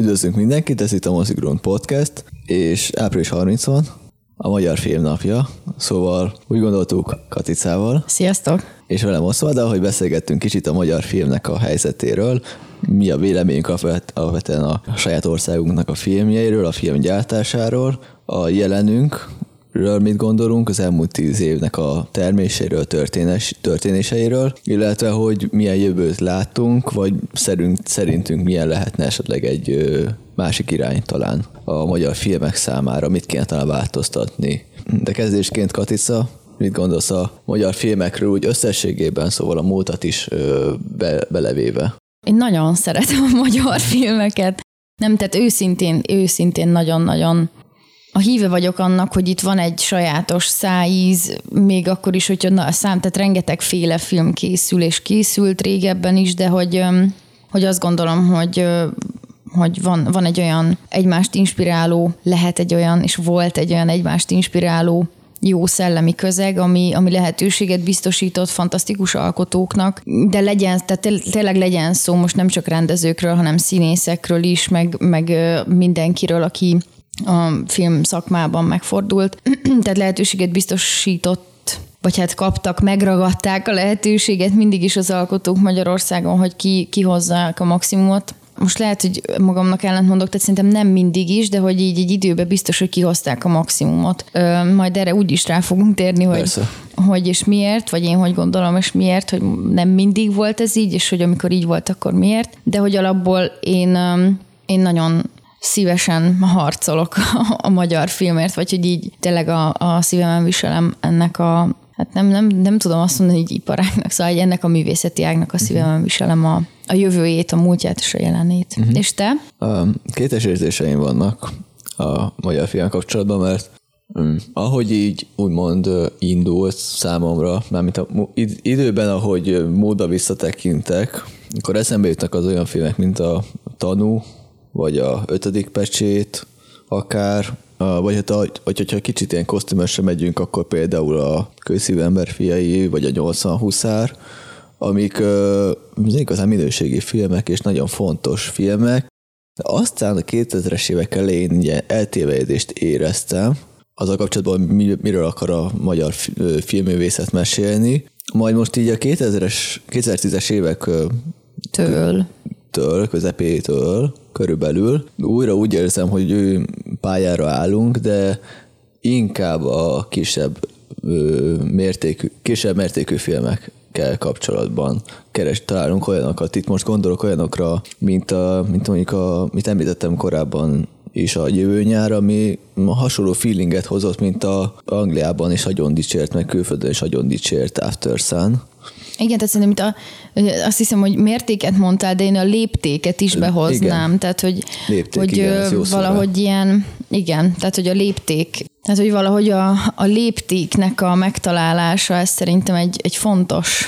Üdvözlünk mindenkit, ez itt a Mozigrund Podcast, és április 30 van, a Magyar Filmnapja, szóval úgy gondoltuk Katicával. Sziasztok! És velem Oszvalddal, hogy beszélgettünk kicsit a magyar filmnek a helyzetéről, mi a véleményünk alapvetően a saját országunknak a filmjeiről, a filmgyártásáról, a jelenünkről mit gondolunk, az elmúlt 10 évnek a terméséről, történéseiről, illetve hogy milyen jövőt láttunk, vagy szerintünk milyen lehetne esetleg egy másik irány talán a magyar filmek számára, mit kéne talán változtatni. De kezdésként Katica, mit gondolsz a magyar filmekről úgy összességében, szóval a múltat is belevéve? Én nagyon szeretem a magyar filmeket. Nem, tehát őszintén nagyon-nagyon a híve vagyok annak, hogy itt van egy sajátos szájíz, még akkor is, hogyha tehát rengetegféle film készül, és készült régebben is, de hogy azt gondolom, hogy van egy olyan egymást inspiráló, lehet egy olyan, és volt egy olyan egymást inspiráló jó szellemi közeg, ami lehetőséget biztosított fantasztikus alkotóknak, de tehát tényleg legyen szó most nem csak rendezőkről, hanem színészekről is, meg mindenkiről, aki a film szakmában megfordult. Tehát lehetőséget biztosított, vagy hát kaptak, megragadták a lehetőséget mindig is az alkotók Magyarországon, hogy kihozzák a maximumot. Most lehet, hogy magamnak ellentmondok, tehát szerintem nem mindig is, de hogy így egy időben biztos, hogy kihozták a maximumot. Majd erre úgy is rá fogunk térni, hogy és miért, vagy én hogy gondolom, és miért, hogy nem mindig volt ez így, és hogy amikor így volt, akkor miért. De hogy alapból én nagyon szívesen harcolok a magyar filmért, vagy hogy így tényleg a szívemen viselem ennek a, hát nem tudom azt mondani, hogy iparágnak, szóval ennek a művészeti ágnak a szívemen viselem a jövőjét, a múltját és a jelenét. És te? Kétes érzéseim vannak a magyar film kapcsolatban, mert ahogy így úgymond indult számomra, mármint időben, ahogy módba visszatekintek, akkor eszembe jutnak az olyan filmek, mint a Tanú, vagy a 5. pecsét, akár, vagy hogyha kicsit ilyen kosztümösre megyünk, akkor például a Kőszívű ember fiai, vagy a 80 huszár, amik igazán minőségi filmek, és nagyon fontos filmek. De aztán a 2000-es évek elején ugye eltévelyedést éreztem, azzal kapcsolatban, miről akar a magyar filmművészet mesélni. Majd most így a 2010-es évek közepétől körülbelül újra úgy érzem, hogy ő pályára állunk, de inkább a kisebb mértékű filmekkel kapcsolatban találunk olyanokat. Itt most gondolok olyanokra, mint mondjuk mit említettem korábban is, a Jövő nyár, ami hasonló feelinget hozott, mint a Angliában is nagyon dicsért, meg külföldön is nagyon dicsért After Sun. Igen, tehát szerintem azt hiszem, hogy mértéket mondtál, de én a léptéket is behoznám. Igen. Tehát, hogy igen, valahogy ilyen, igen, tehát, hogy a lépték, tehát, hogy valahogy a léptéknek a megtalálása, ez szerintem egy fontos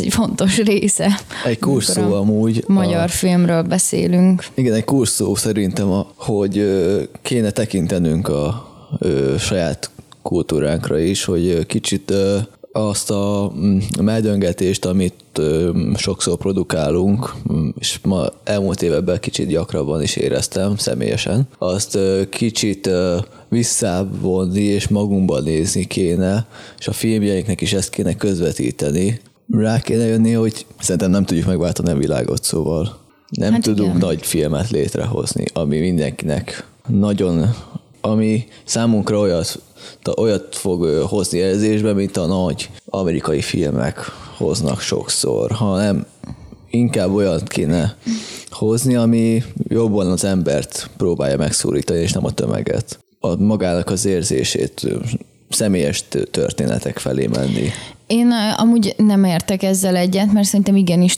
része. Egy kurszó amúgy. Magyar filmről beszélünk. Igen, egy kurszó szerintem, hogy kéne tekintenünk a saját kultúránkra is, hogy kicsit azt a meldöngetést, amit sokszor produkálunk, és ma elmúlt években kicsit gyakrabban is éreztem személyesen, azt kicsit visszavonni és magunkba nézni kéne, és a filmjeinknek is ezt kéne közvetíteni. Rá kéne jönni, hogy szerintem nem tudjuk megváltani a világot, szóval nem tudunk nagy filmet létrehozni, ami mindenkinek nagyon, ami számunkra olyat fog hozni érzésbe, mint a nagy amerikai filmek hoznak sokszor, hanem inkább olyat kéne hozni, ami jobban az embert próbálja megszólítani, és nem a tömeget. Magának az érzését, személyes történetek felé menni. Én amúgy nem értek ezzel egyet, mert szerintem igenis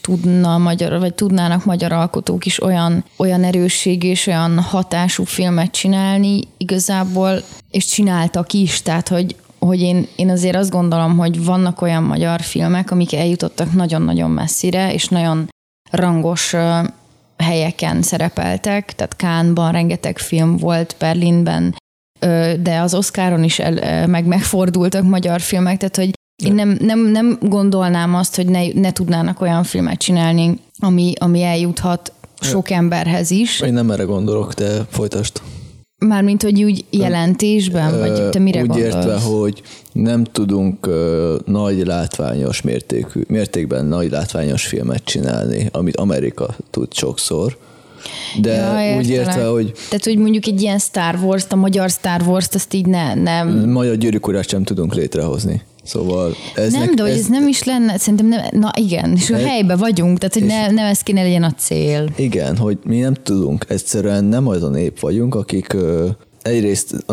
tudnának magyar alkotók is olyan erősségű és olyan hatású filmet csinálni igazából, és csináltak is, tehát hogy én azért azt gondolom, hogy vannak olyan magyar filmek, amik eljutottak nagyon-nagyon messzire, és nagyon rangos helyeken szerepeltek, tehát Cannes-ban rengeteg film volt, Berlinben, de az Oscaron is megfordultak magyar filmek, tehát hogy én nem gondolnám azt, hogy ne tudnának olyan filmet csinálni, ami eljuthat sok emberhez is. Én nem erre gondolok, te folytasd. Mármint, hogy úgy jelentésben, vagy te mire úgy gondolsz? Úgy értve, hogy nem tudunk nagy látványos mértékben nagy látványos filmet csinálni, amit Amerika tud sokszor. De ja, úgy értve, hogy... Tehát, hogy mondjuk egy ilyen Star Wars-t, a magyar Star Wars-t, azt így nem... Magyar Gyűrűk Urát sem tudunk létrehozni. Szóval de hogy ez nem is lenne, szerintem nem, na igen, és a helyben vagyunk, tehát hogy nem ez kéne legyen a cél. Igen, hogy mi nem tudunk, egyszerűen nem az a nép vagyunk, akik egyrészt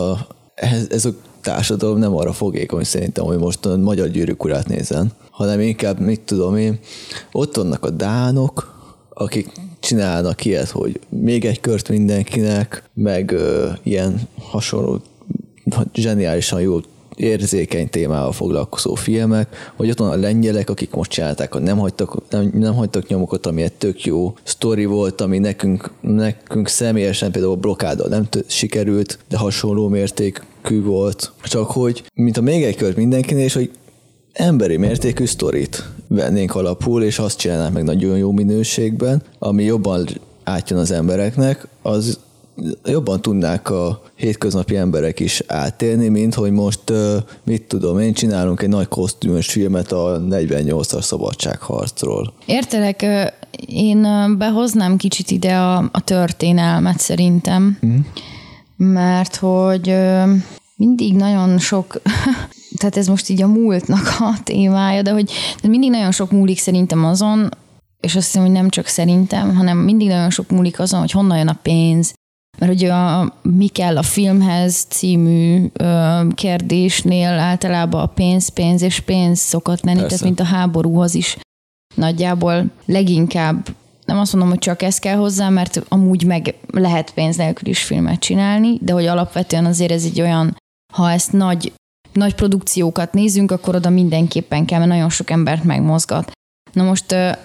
ez a társadalom nem arra fogékony szerintem, hogy most a Magyar Gyűrűk Urát nézzen, hanem inkább, mit tudom én, ott vannak a dánok, akik csinálnak ilyet, hogy még egy kört mindenkinek, meg ilyen hasonló, zseniálisan jó érzékeny témával foglalkozó filmek, vagy ott van a lengyelek, akik most csinálták, nem hagytak nyomokat, ami egy tök jó sztori volt, ami nekünk személyesen például a Blokáddal nem sikerült, de hasonló mértékű volt. Csak hogy, mint a még egy kört mindenkinél, és hogy emberi mértékű sztorit vennénk alapul, és azt csinálnánk meg nagyon jó minőségben, ami jobban átjön az embereknek, az jobban tudnák a hétköznapi emberek is átélni, mint hogy most, mit tudom én, csinálunk egy nagy kosztümös filmet a 48-as szabadságharcról. Értelek, én behoznám kicsit ide a történelmet szerintem, mert hogy mindig nagyon sok, tehát ez most így a múltnak a témája, de hogy mindig nagyon sok múlik szerintem azon, és azt hiszem, hogy nem csak szerintem, hanem mindig nagyon sok múlik azon, hogy honnan jön a pénz. Mert hogy a Mi kell a filmhez című kérdésnél általában a pénz és pénz szokott lenni, Persze. tehát mint a háborúhoz is nagyjából leginkább, nem azt mondom, hogy csak ez kell hozzá, mert amúgy meg lehet pénz nélkül is filmet csinálni, de hogy alapvetően azért ez egy olyan, ha ezt nagy produkciókat nézünk, akkor oda mindenképpen kell, mert nagyon sok embert megmozgat. Na most a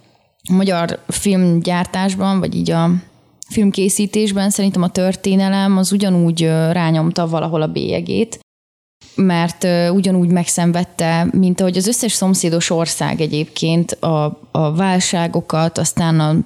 magyar filmgyártásban, vagy így a filmkészítésben szerintem a történelem az ugyanúgy rányomta valahol a bélyegét, mert ugyanúgy megszenvedte, mint ahogy az összes szomszédos ország egyébként a válságokat, aztán a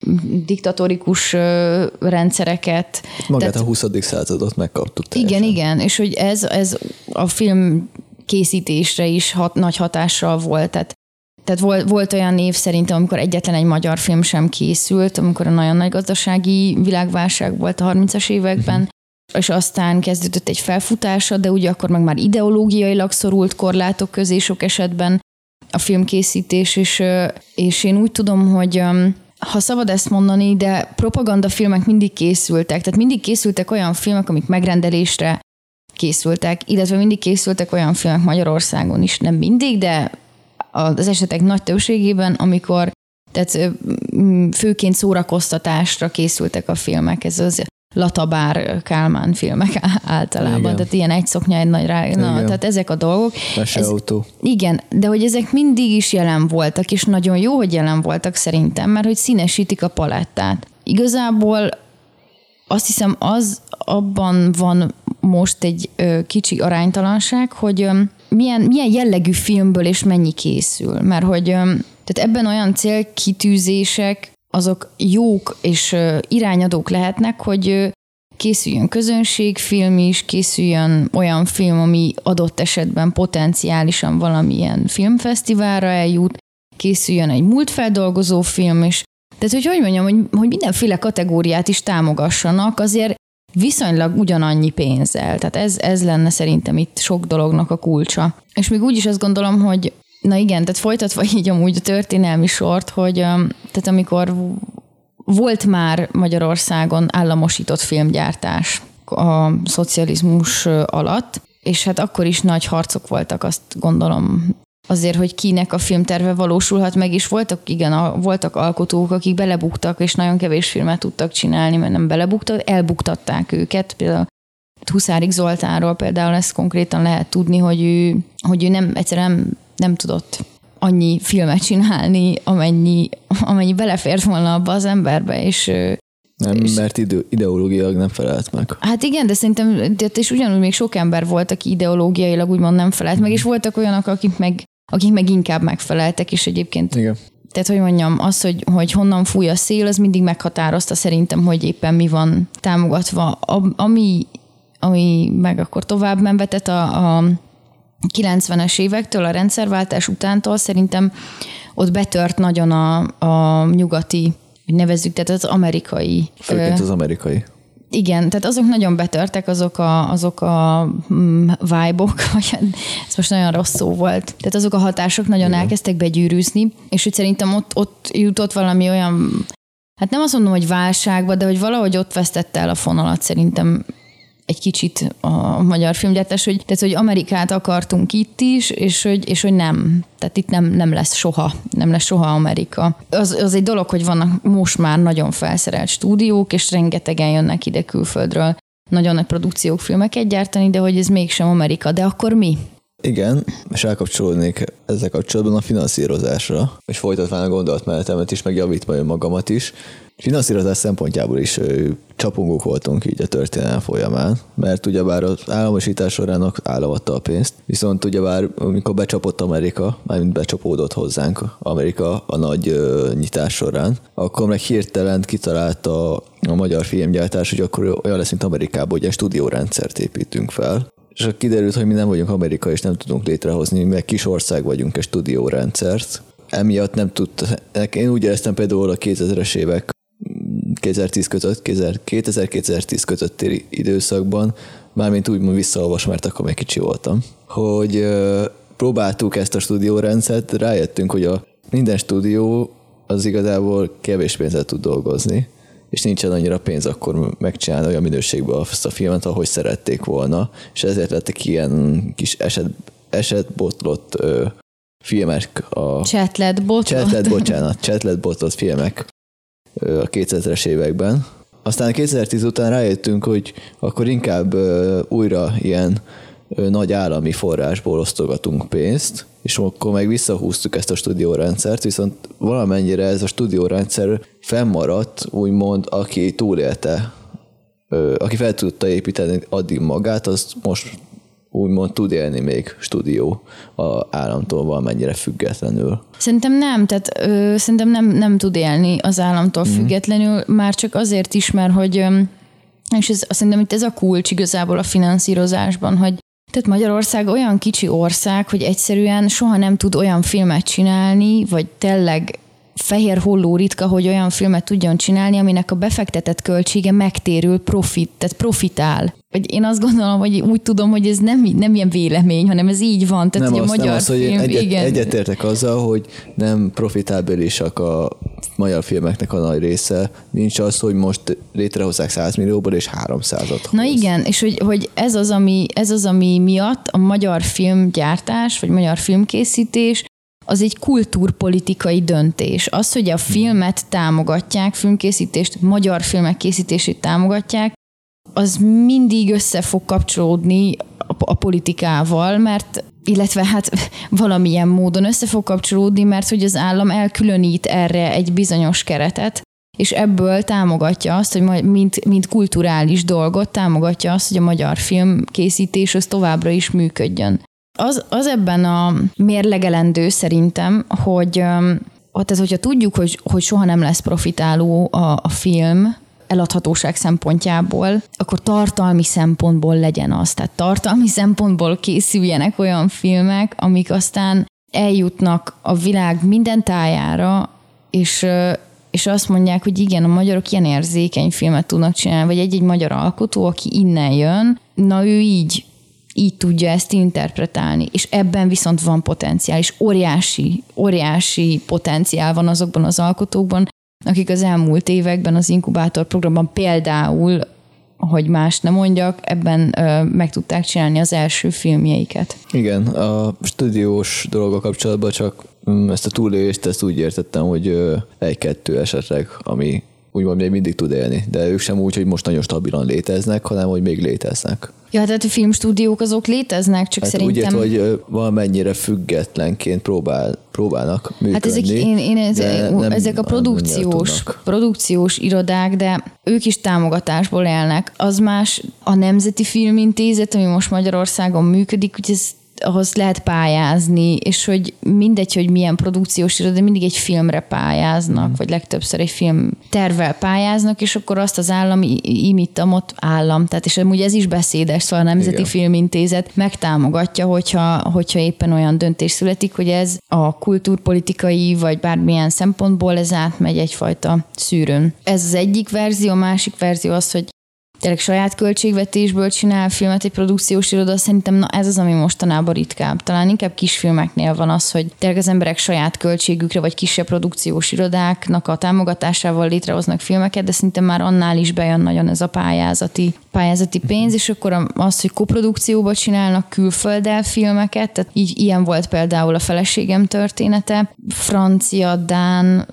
diktatórikus rendszereket. Magát a 20. századot megkaptuk teljesen. Igen, és hogy ez a film készítésre is nagy hatással volt. Tehát volt olyan év szerintem, amikor egyetlen egy magyar film sem készült, amikor a nagyon nagy gazdasági világválság volt a 30-as években, és aztán kezdődött egy felfutása, de ugye akkor meg már ideológiailag szorult korlátok közé sok esetben a filmkészítés, és én úgy tudom, hogy ha szabad ezt mondani, de propagandafilmek mindig készültek, tehát mindig készültek olyan filmek, amik megrendelésre készültek, illetve mindig készültek olyan filmek Magyarországon is, nem mindig, de az esetek nagy többségében, amikor tehát főként szórakoztatásra készültek a filmek, ez az Latabár Kálmán filmek általában, igen. Tehát ilyen egy szoknya, egy nagy rá, tehát ezek a dolgok. Meseautó. Igen, de hogy ezek mindig is jelen voltak, és nagyon jó, hogy jelen voltak szerintem, mert hogy színesítik a palettát. Igazából azt hiszem, abban van most egy kicsi aránytalanság, hogy milyen jellegű filmből és mennyi készül. Mert hogy tehát ebben olyan célkitűzések, azok jók és irányadók lehetnek, hogy készüljön közönségfilm is, készüljön olyan film, ami adott esetben potenciálisan valamilyen filmfesztiválra eljut, készüljön egy múltfeldolgozó film is. Tehát, hogy mondjam, hogy mindenféle kategóriát is támogassanak, azért viszonylag ugyanannyi pénzzel. Tehát ez lenne szerintem itt sok dolognak a kulcsa. És még úgy is azt gondolom, hogy na igen, tehát folytatva így amúgy a történelmi sort, hogy tehát amikor volt már Magyarországon államosított filmgyártás a szocializmus alatt, és hát akkor is nagy harcok voltak, azt gondolom, azért, hogy kinek a filmterve valósulhat meg, és voltak alkotók, akik belebuktak, és nagyon kevés filmet tudtak csinálni, mert nem belebuktak, elbuktatták őket. Például Huszárik Zoltánról például ezt konkrétan lehet tudni, hogy ő egyszerűen nem tudott annyi filmet csinálni, amennyi belefért volna abba az emberbe, és mert ideológiailag nem felelt meg. Hát igen, de szerintem, és ugyanúgy még sok ember volt, aki ideológiailag úgymond nem felelt meg, és voltak olyanok, akik meg inkább megfeleltek, és egyébként igen. Tehát, hogy mondjam, az, hogy honnan fúj a szél, az mindig meghatározta szerintem, hogy éppen mi van támogatva. Ami meg akkor tovább menvetett a 90-es évektől, a rendszerváltás utántól szerintem ott betört nagyon a nyugati, nevezzük, tehát az amerikai. Főként az amerikai. Igen, tehát azok nagyon betörtek, azok a vibe-ok, vagy ez most nagyon rossz szó volt. Tehát azok a hatások nagyon elkezdtek begyűrűzni, és hogy szerintem ott jutott valami olyan, hát nem azt mondom, hogy válságba, de hogy valahogy ott vesztette el a fonalat szerintem egy kicsit a magyar filmgyártás, hogy Amerikát akartunk itt is, és hogy nem. Tehát itt nem lesz soha Amerika. Az egy dolog, hogy vannak most már nagyon felszerelt stúdiók, és rengetegen jönnek ide külföldről nagyon nagy produkciók filmeket gyártani, de hogy ez mégsem Amerika. De akkor mi? Igen, és elkapcsolódnék ezzel kapcsolatban a finanszírozásra, és folytatván a gondolatmenetemet is, meg javítva önmagamat is. Finanszírozás szempontjából is csapongók voltunk így a történelem folyamán, mert ugyebár az államosítás során állam adta a pénzt, viszont ugyebár amikor becsapott Amerika, mármint becsapódott hozzánk Amerika a nagy nyitás során, akkor meg hirtelen kitalálta a magyar filmgyártás, hogy akkor olyan lesz, mint Amerikában, hogy egy stúdiórendszert építünk fel. És kiderült, hogy mi nem vagyunk Amerika, és nem tudunk létrehozni, mi meg kis ország vagyunk egy stúdiórendszert. Emiatt nem tudták. Én úgy éreztem például a 2000-es évek 2000-2010 közötti időszakban, mármint úgy visszaolvas, mert akkor még kicsi voltam, hogy próbáltuk ezt a stúdiórendszert, rájöttünk, hogy minden stúdió az igazából kevés pénzzel tud dolgozni, és nincsen annyira pénz akkor megcsinálni olyan minőségben azt a filmet, ahogy szerették volna, és ezért lettek ilyen kis esetbotlott filmek. Csetletbotlott filmek a 2000-es években. Aztán 2010 után rájöttünk, hogy akkor inkább újra ilyen nagy állami forrásból osztogatunk pénzt, és akkor meg visszahúztuk ezt a stúdiórendszert, viszont valamennyire ez a stúdiórendszer fennmaradt, úgymond, aki túlélte, aki fel tudta építeni addig magát, az most úgymond tud élni még stúdió a államtól valamennyire függetlenül. Szerintem nem, tehát szerintem nem tud élni az államtól függetlenül, már csak azért is, mert hogy, és szerintem itt ez a kulcs igazából a finanszírozásban, hogy tehát Magyarország olyan kicsi ország, hogy egyszerűen soha nem tud olyan filmet csinálni, vagy tényleg fehér holló ritka, hogy olyan filmet tudjon csinálni, aminek a befektetett költsége megtérül, tehát profitál. Vagy én azt gondolom, hogy úgy tudom, hogy ez nem ilyen vélemény, hanem ez így van. Tehát, nem hogy az, a magyar film, hogy igen. egyetértek azzal, hogy nem profitábilisak a magyar filmeknek a nagy része. Nincs az, hogy most létrehozzák 100 millióból és 300-at. Na igen, és hogy ez az, ami miatt a magyar filmgyártás, vagy magyar filmkészítés az egy kultúrpolitikai döntés. Az, hogy a filmet támogatják, filmkészítést, magyar filmek készítését támogatják, az mindig össze fog kapcsolódni a politikával, illetve hát valamilyen módon össze fog kapcsolódni, mert hogy az állam elkülönít erre egy bizonyos keretet, és ebből támogatja azt, hogy mint kulturális dolgot támogatja azt, hogy a magyar filmkészítés az továbbra is működjön. Az ebben a mérlegelendő szerintem, hogy hogyha tudjuk, hogy soha nem lesz profitáló a film eladhatóság szempontjából, akkor tartalmi szempontból legyen az. Tehát tartalmi szempontból készüljenek olyan filmek, amik aztán eljutnak a világ minden tájára, és azt mondják, hogy igen, a magyarok ilyen érzékeny filmet tudnak csinálni, vagy egy magyar alkotó, aki innen jön, na ő így tudja ezt interpretálni, és ebben viszont van potenciál, és óriási potenciál van azokban az alkotókban, akik az elmúlt években az inkubátor programban például, hogy más nem mondjak, ebben meg tudták csinálni az első filmjeiket. Igen, a stúdiós dologgal kapcsolatban csak ezt a túlélést ezt úgy értettem, hogy egy-kettő esetleg, ami úgymond még mindig tud élni, de ők sem úgy, hogy most nagyon stabilan léteznek, hanem hogy még léteznek. Ja, tehát a filmstúdiók azok léteznek, csak szerintem... Úgy ért, hogy valamennyire függetlenként próbálnak Hát működni. ezek a produkciós irodák, de ők is támogatásból élnek. Az más, a Nemzeti Filmintézet, ami most Magyarországon működik, hogy ahhoz lehet pályázni, és hogy mindegy, hogy milyen produkciós iroda, de mindig egy filmre pályáznak, vagy legtöbbször egy film tervvel pályáznak, és akkor azt az állami imitamot tehát és amúgy ez is beszédes, szóval a Nemzeti Filmintézet megtámogatja, hogyha éppen olyan döntés születik, hogy ez a kultúrpolitikai, vagy bármilyen szempontból ez átmegy egyfajta szűrőn. Ez az egyik verzió, a másik verzió az, hogy tényleg saját költségvetésből csinál filmet egy produkciós iroda, szerintem ez az, ami mostanában ritkább. Talán inkább kisfilmeknél van az, hogy tényleg az emberek saját költségükre, vagy kisebb produkciós irodáknak a támogatásával létrehoznak filmeket, de szerintem már annál is bejön nagyon ez a pályázati pénz, és akkor az, hogy koprodukcióba csinálnak külfölddel filmeket, tehát így ilyen volt például a Feleségem története, francia, dán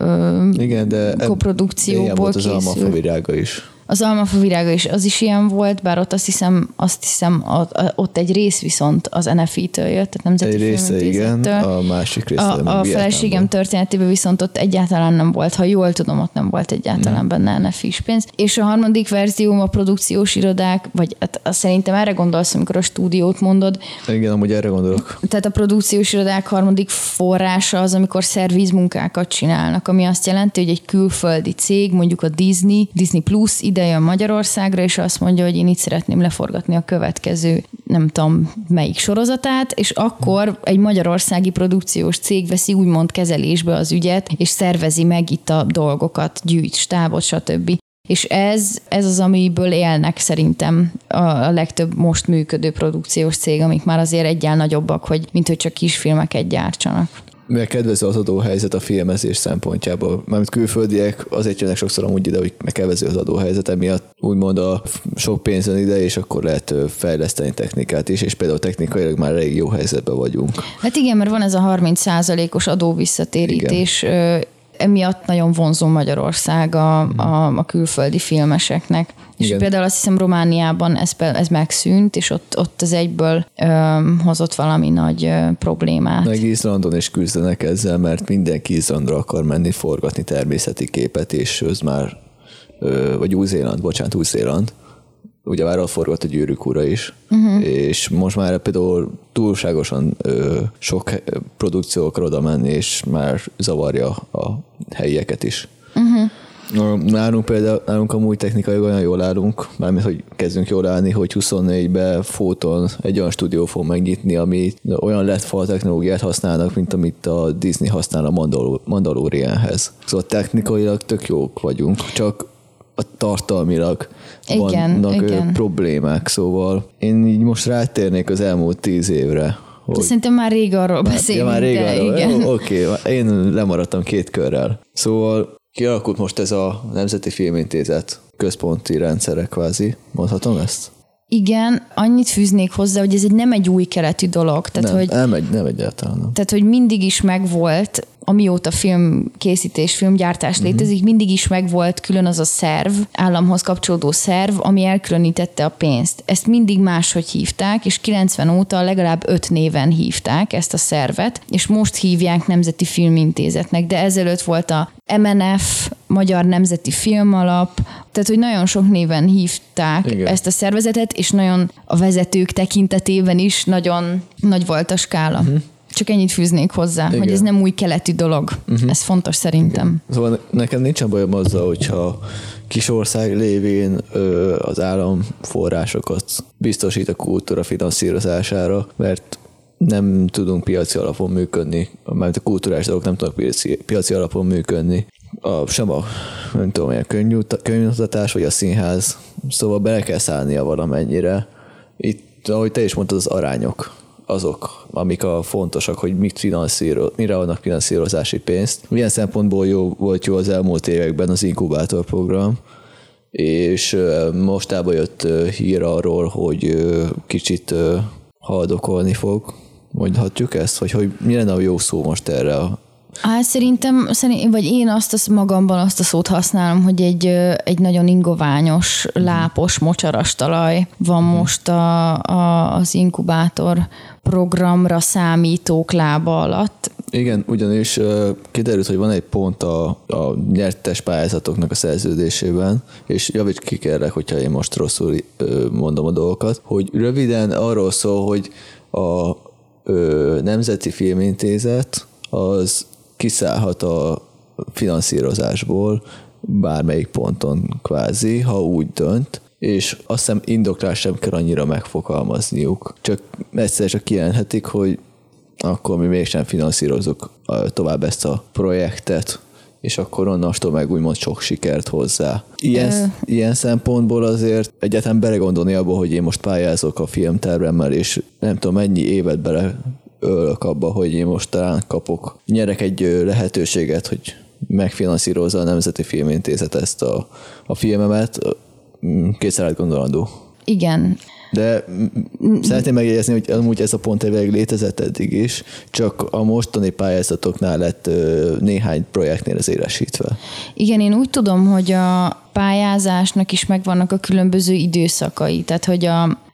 koprodukcióból készült. Az Almafa virága is. Az Almafa virága is, az is ilyen volt, bár ott azt hiszem ott egy rész viszont az NFI-től jött, tehát Nemzeti Filmintézettől. Igen, a másik része. A Feleségem történetében viszont ott egyáltalán nem volt, ha jól tudom, ott nem volt egyáltalán benne NFI-s pénz. És a harmadik verzió a produkciós irodák, vagy szerintem erre gondolsz, amikor a stúdiót mondod. Igen, amúgy erre gondolok. Tehát a produkciós irodák harmadik forrása az, amikor szervizmunkákat csinálnak, ami azt jelenti, hogy egy külföldi cég, mondjuk a Disney Plus ide jön Magyarországra, és azt mondja, hogy én itt szeretném leforgatni a következő, nem tudom melyik sorozatát, és akkor egy magyarországi produkciós cég veszi úgymond kezelésbe az ügyet, és szervezi meg itt a dolgokat, gyűjt stábot, stb. És ez az, amiből élnek szerintem a legtöbb most működő produkciós cég, amik már azért egyel nagyobbak, mint hogy csak kisfilmeket gyártsanak. Mert kedvező az adóhelyzet a filmezés szempontjából. Mármint külföldiek azért jönnek sokszor amúgy ide, hogy kedvező az adóhelyzet, emiatt úgymond a sok pénz jön ide, és akkor lehet fejleszteni technikát is, és például technikailag már elég jó helyzetben vagyunk. Hát igen, mert van ez a 30%-os adóvisszatérítés, emiatt nagyon vonzó Magyarország a külföldi filmeseknek. És igen. Például azt hiszem Romániában ez megszűnt, és ott az egyből hozott valami nagy problémát. Meg Izlandon is küzdenek ezzel, mert mindenki Izlandra akar menni forgatni természeti képet, és az már, vagy Új-Zéland, ugye már ott forgott a Gyűrűk ura is, és most már például túlságosan sok produkció akar oda menni, és már zavarja a helyieket is. Nálunk amúgy technikai olyan jól állunk, mármint, hogy kezdünk jól állni, hogy 24-ben Fóton egy olyan stúdió fog megnyitni, ami olyan LED-fal technológiát használnak, mint amit a Disney használ a Mandalorianhez. Szóval technikailag tök jók vagyunk, csak a tartalmilag vannak problémák, szóval én így most rátérnék az elmúlt 10 évre. De szerintem már rég arról beszélünk. Már rég arról. Oké, én lemaradtam 2 körrel. Szóval kialakult most ez a Nemzeti Filmintézet központi rendszere kvázi. Mondhatom ezt? Igen, annyit fűznék hozzá, hogy ez nem egy új keletű dolog. Tehát, nem egyáltalán. Nem. Tehát, hogy mindig is megvolt, amióta filmkészítés, filmgyártás létezik, mindig is megvolt külön az a szerv, államhoz kapcsolódó szerv, ami elkülönítette a pénzt. Ezt mindig máshogy hívták, és 90 óta legalább 5 néven hívták ezt a szervet, és most hívják Nemzeti Filmintézetnek, de ezelőtt volt a MNF, Magyar Nemzeti Filmalap, tehát, hogy nagyon sok néven hívták ezt a szervezetet, és nagyon a vezetők tekintetében is nagyon nagy volt a skála. Csak ennyit fűznék hozzá, hogy ez nem új keletű dolog. Ez fontos szerintem. Igen. Szóval nekem nincsen bajom azzal, hogyha kis ország lévén az állam forrásokat biztosít a kultúra finanszírozására, mert nem tudunk piaci alapon működni, mert a kulturális dolgok nem tudnak piaci alapon működni. Sem a nem tudom, a könyvmutatás, vagy a színház. Szóval bele kell szállnia valamennyire. Itt, ahogy te is mondtad, az arányok azok, amik a fontosak, hogy mire adnak finanszírozási pénzt. Milyen szempontból volt jó az elmúlt években az inkubátor program, és mostában jött hír arról, hogy kicsit haldokolni fog. Mondhatjuk ezt? Vagy hogy mi lenne a jó szó most erre Szerintem, vagy én magamban azt a szót használom, hogy egy nagyon ingoványos, lápos, mocsaras talaj van most az inkubátor programra számítók lába alatt. Igen, ugyanis kiderült, hogy van egy pont a nyertes pályázatoknak a szerződésében, és javíts ki kérlek, hogyha én most rosszul mondom a dolgokat, hogy röviden arról szól, hogy Nemzeti Filmintézet az kiszállhat a finanszírozásból bármelyik ponton kvázi, ha úgy dönt, és azt hiszem indoklás sem kell annyira megfogalmazniuk. Csak egyszer csak kijelenthetik, hogy akkor mi mégsem finanszírozunk tovább ezt a projektet, és akkor onnastól meg úgymond sok sikert hozzá. Ilyen szempontból azért egyáltalán belegondolni abba, hogy én most pályázok a filmtervemmel, és nem tudom mennyi évet beleölök abba, hogy én most talán nyerek egy lehetőséget, hogy megfinanszírozza a Nemzeti Filmintézet ezt a filmemet, kétszer átgondolandó. Igen. De szeretném megjegyezni, hogy amúgy ez a pont elvileg létezett eddig is, csak a mostani pályázatoknál lett néhány projektnél ez élesítve. Igen, én úgy tudom, hogy a pályázásnak is megvannak a különböző időszakai, tehát hogy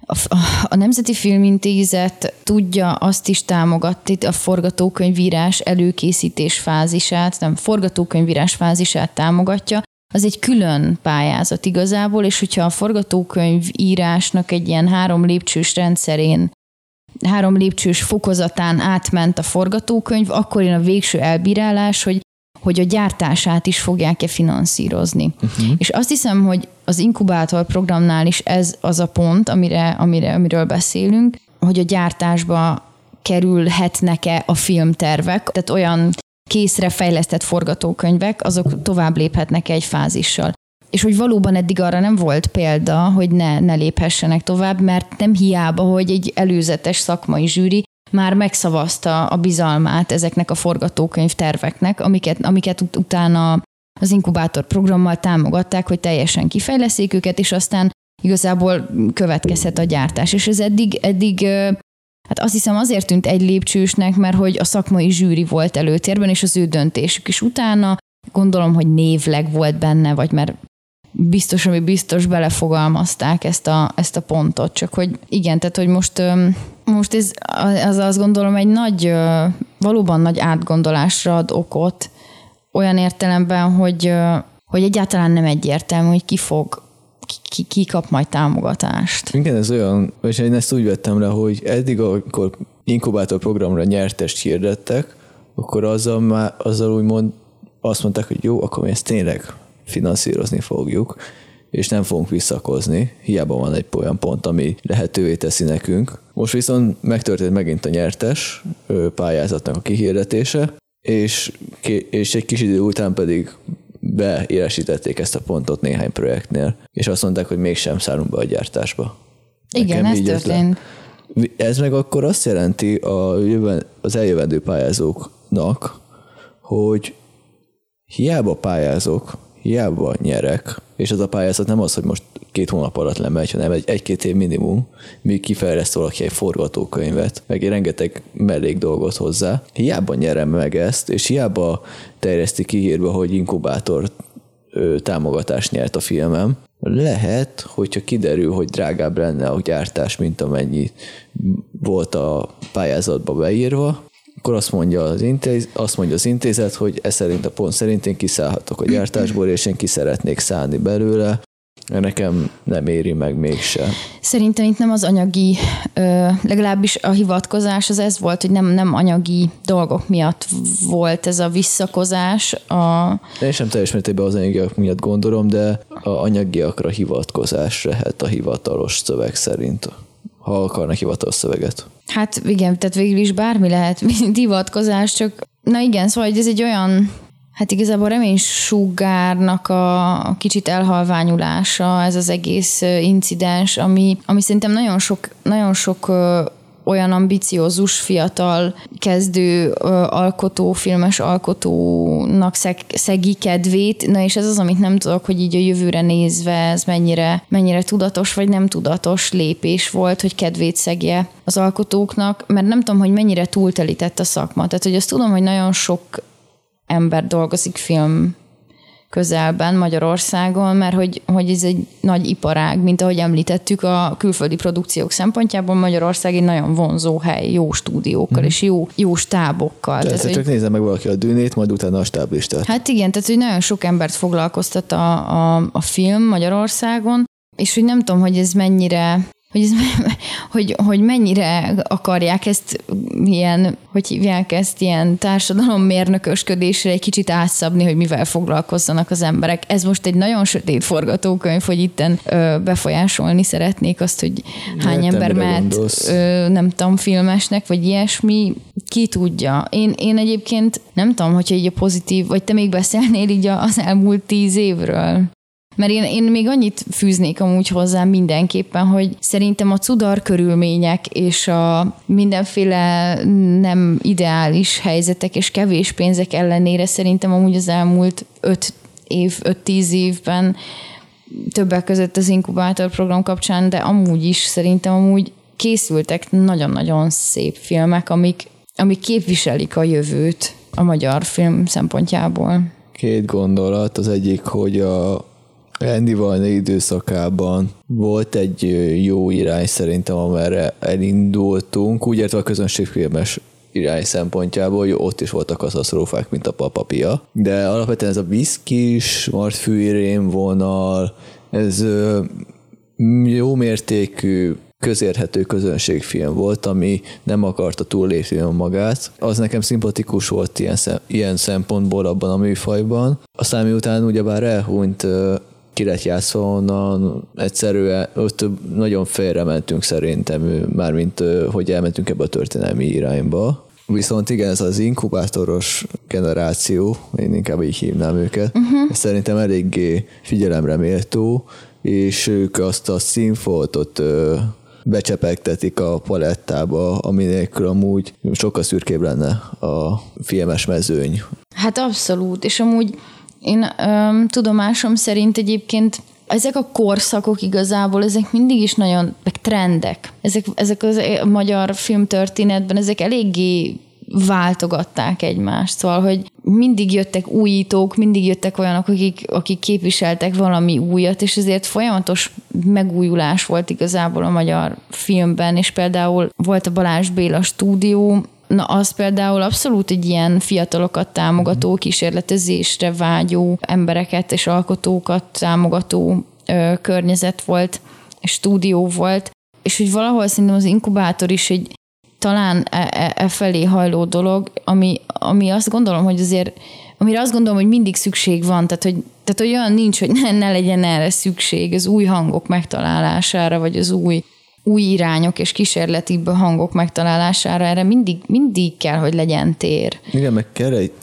a Nemzeti Filmintézet tudja azt is támogatni, a forgatókönyvírás előkészítés fázisát, nem forgatókönyvírás fázisát támogatja, az egy külön pályázat igazából, és hogyha a forgatókönyvírásnak egy ilyen 3 lépcsős rendszerén, 3 lépcsős fokozatán átment a forgatókönyv, akkor jön a végső elbírálás, hogy a gyártását is fogják-e finanszírozni. Uh-huh. És azt hiszem, hogy az inkubátor programnál is ez az a pont, amiről beszélünk, hogy a gyártásba kerülhetnek-e a filmtervek, tehát olyan készre fejlesztett forgatókönyvek, azok tovább léphetnek egy fázissal. És hogy valóban eddig arra nem volt példa, hogy ne léphessenek tovább, mert nem hiába, hogy egy előzetes szakmai zsűri már megszavazta a bizalmát ezeknek a forgatókönyv terveknek, amiket utána az inkubátor programmal támogatták, hogy teljesen kifejleszék őket, és aztán igazából következhet a gyártás. És ez eddig hát azt hiszem azért tűnt egy lépcsősnek, mert hogy a szakmai zsűri volt előtérben, és az ő döntésük is utána. Gondolom, hogy névleg volt benne, vagy mert biztos belefogalmazták ezt a pontot. Csak hogy igen, tehát hogy most ez azt gondolom egy valóban nagy átgondolásra ad okot, olyan értelemben, hogy egyáltalán nem egyértelmű, hogy ki kap majd támogatást. Igen, ez olyan, és én ezt úgy vettem le, hogy eddig, amikor inkubátor programra nyertest hirdettek, akkor azzal úgymond azt mondták, hogy jó, akkor mi ezt tényleg finanszírozni fogjuk, és nem fogunk visszakozni. Hiába van egy olyan pont, ami lehetővé teszi nekünk. Most viszont megtörtént megint a nyertes pályázatnak a kihirdetése, és egy kis idő után pedig beélesítették ezt a pontot néhány projektnél, és azt mondták, hogy mégsem szállunk be a gyártásba. Igen, ez történt. Ez meg akkor azt jelenti az eljövendő pályázóknak, hogy hiába pályázok, hiába nyerek, és az a pályázat nem az, hogy most 2 hónap alatt lemegy, hanem egy-két év minimum, míg kifejleszt valaki egy forgatókönyvet, meg rengeteg mellék dolgot hozzá. Hiába nyerem meg ezt, és hiába terjeszti ki hírba, hogy inkubátor támogatást nyert a filmem. Lehet, hogyha kiderül, hogy drágább lenne a gyártás, mint amennyi volt a pályázatba beírva, akkor azt mondja az intézet, hogy ez szerint a pont szerint én kiszállhatok a gyártásból, és én ki szeretnék szállni belőle, nekem nem éri meg mégsem. Szerintem itt nem az anyagi, legalábbis a hivatkozás az ez volt, hogy nem anyagi dolgok miatt volt ez a visszakozás. Én sem teljes mértékben az anyagiak miatt gondolom, de a anyagiakra hivatkozás lehet a hivatalos szöveg szerint, ha akarnak hivatalos szöveget. Hát igen, tehát végül is bármi lehet, mint hivatkozás, csak na igen, szóval ez egy olyan, hát igazából reménysugárnak a kicsit elhalványulása, ez az egész incidens, ami szerintem nagyon sok olyan ambiciózus, fiatal, kezdő filmes alkotónak szegi kedvét, na és ez az, amit nem tudok, hogy így a jövőre nézve ez mennyire tudatos vagy nem tudatos lépés volt, hogy kedvét szegje az alkotóknak, mert nem tudom, hogy mennyire túltelített a szakma. Tehát, hogy azt tudom, hogy nagyon sok ember dolgozik film közelben Magyarországon, mert hogy ez egy nagy iparág, mint ahogy említettük, a külföldi produkciók szempontjából Magyarország egy nagyon vonzó hely, jó stúdiókkal és jó stábokkal. Tehát, csak nézze meg valaki a Dűnét, majd utána a stáblistát. Hát igen, tehát hogy nagyon sok embert foglalkoztat a film Magyarországon, és hogy nem tudom, hogy ez mennyire hogy mennyire akarják ezt ilyen, hogy hívják ezt, ilyen társadalommérnökösködésre egy kicsit átszabni, hogy mivel foglalkozzanak az emberek. Ez most egy nagyon sötét forgatókönyv, hogy itten befolyásolni szeretnék azt, hogy hány ember mehet, nem tudom, filmesnek, vagy ilyesmi, ki tudja. Én egyébként nem tudom, hogyha így a pozitív, vagy te még beszélnél így az elmúlt 10 évről. Mert én még annyit fűznék amúgy hozzá mindenképpen, hogy szerintem a cudar körülmények és a mindenféle nem ideális helyzetek és kevés pénzek ellenére szerintem amúgy az elmúlt 5-10 évben többek között az inkubátor program kapcsán, de amúgy is szerintem amúgy készültek nagyon-nagyon szép filmek, amik képviselik a jövőt a magyar film szempontjából. 2 gondolat. Az egyik, hogy a Andy Vajna időszakában volt egy jó irány szerintem, amerre elindultunk, úgy értve a közönségfilmes irány szempontjából, hogy ott is voltak katasztrófák, mint a Papa Pia. De alapvetően ez a viszkis, martfűirém vonal, ez jó mértékű, közérthető közönségfilm volt, ami nem akarta túllépni magát. Az nekem szimpatikus volt ilyen szempontból abban a műfajban. Aztán miután ugyebár elhunyt, ki lett játszva onnan, egyszerűen ott nagyon félre mentünk szerintem, mármint hogy elmentünk ebbe a történelmi irányba. Viszont igen, ez az inkubátoros generáció, én inkább így hívnám őket, ez szerintem eléggé figyelemre méltó, és ők azt a színfoltot becsepegtetik a palettába, ami nélkül amúgy sokkal szürkébb lenne a filmes mezőny. Hát abszolút, és amúgy én tudomásom szerint egyébként ezek a korszakok igazából, ezek mindig is nagyon trendek. Ezek az magyar filmtörténetben, ezek eléggé váltogatták egymást. Szóval, hogy mindig jöttek újítók, mindig jöttek olyanok, akik képviseltek valami újat, és ezért folyamatos megújulás volt igazából a magyar filmben, és például volt a Balázs Béla stúdió, na az például abszolút egy ilyen fiatalokat támogató, kísérletezésre vágyó embereket és alkotókat támogató környezet volt, stúdió volt, és hogy valahol szerintem az inkubátor is egy talán felé hajló dolog, ami azt gondolom, hogy azért, amire azt gondolom, hogy mindig szükség van, tehát hogy olyan nincs, hogy ne legyen erre szükség, az új hangok megtalálására, vagy az új irányok és kísérleti hangok megtalálására, erre mindig kell, hogy legyen tér. Igen, meg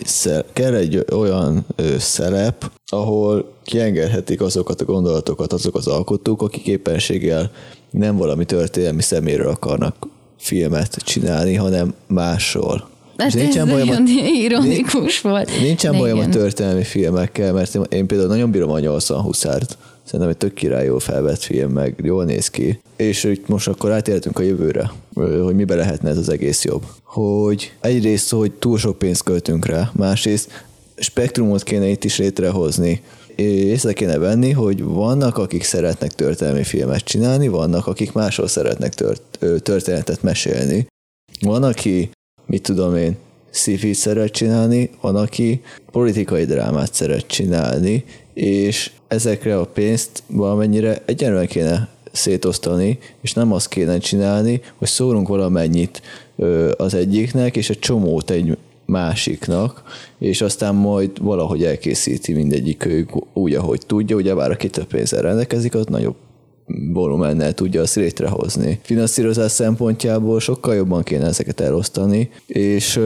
kell egy olyan szerep, ahol kiengedhetik azokat a gondolatokat, azok az alkotók, akik éppenséggel nem valami történelmi szeméről akarnak filmet csinálni, hanem másról. Hát ez nagyon ironikus volt. Nincsen bajom a történelmi filmekkel, mert én például nagyon bírom a 80 huszárt. Szerintem egy tök király jól felvett film, meg jól néz ki. És itt most akkor átérhetünk a jövőre, hogy mibe lehetne ez az egész jobb. Hogy egyrészt, hogy túl sok pénzt költünk rá, másrészt spektrumot kéne itt is létrehozni. Észre kéne venni, hogy vannak, akik szeretnek történelmi filmet csinálni, vannak, akik máshol szeretnek történetet mesélni. Van, aki, mit tudom én, sci-fit szeret csinálni, van, aki politikai drámát szeret csinálni, és ezekre a pénzt valamennyire egyenlően kéne szétosztani, és nem azt kéne csinálni, hogy szórunk valamennyit az egyiknek, és egy csomót egy másiknak, és aztán majd valahogy elkészíti mindegyik úgy, ahogy tudja, ugyebár aki több pénzzel rendelkezik, az nagyobb volumennel tudja azt létrehozni. Finanszírozás szempontjából sokkal jobban kéne ezeket elosztani, és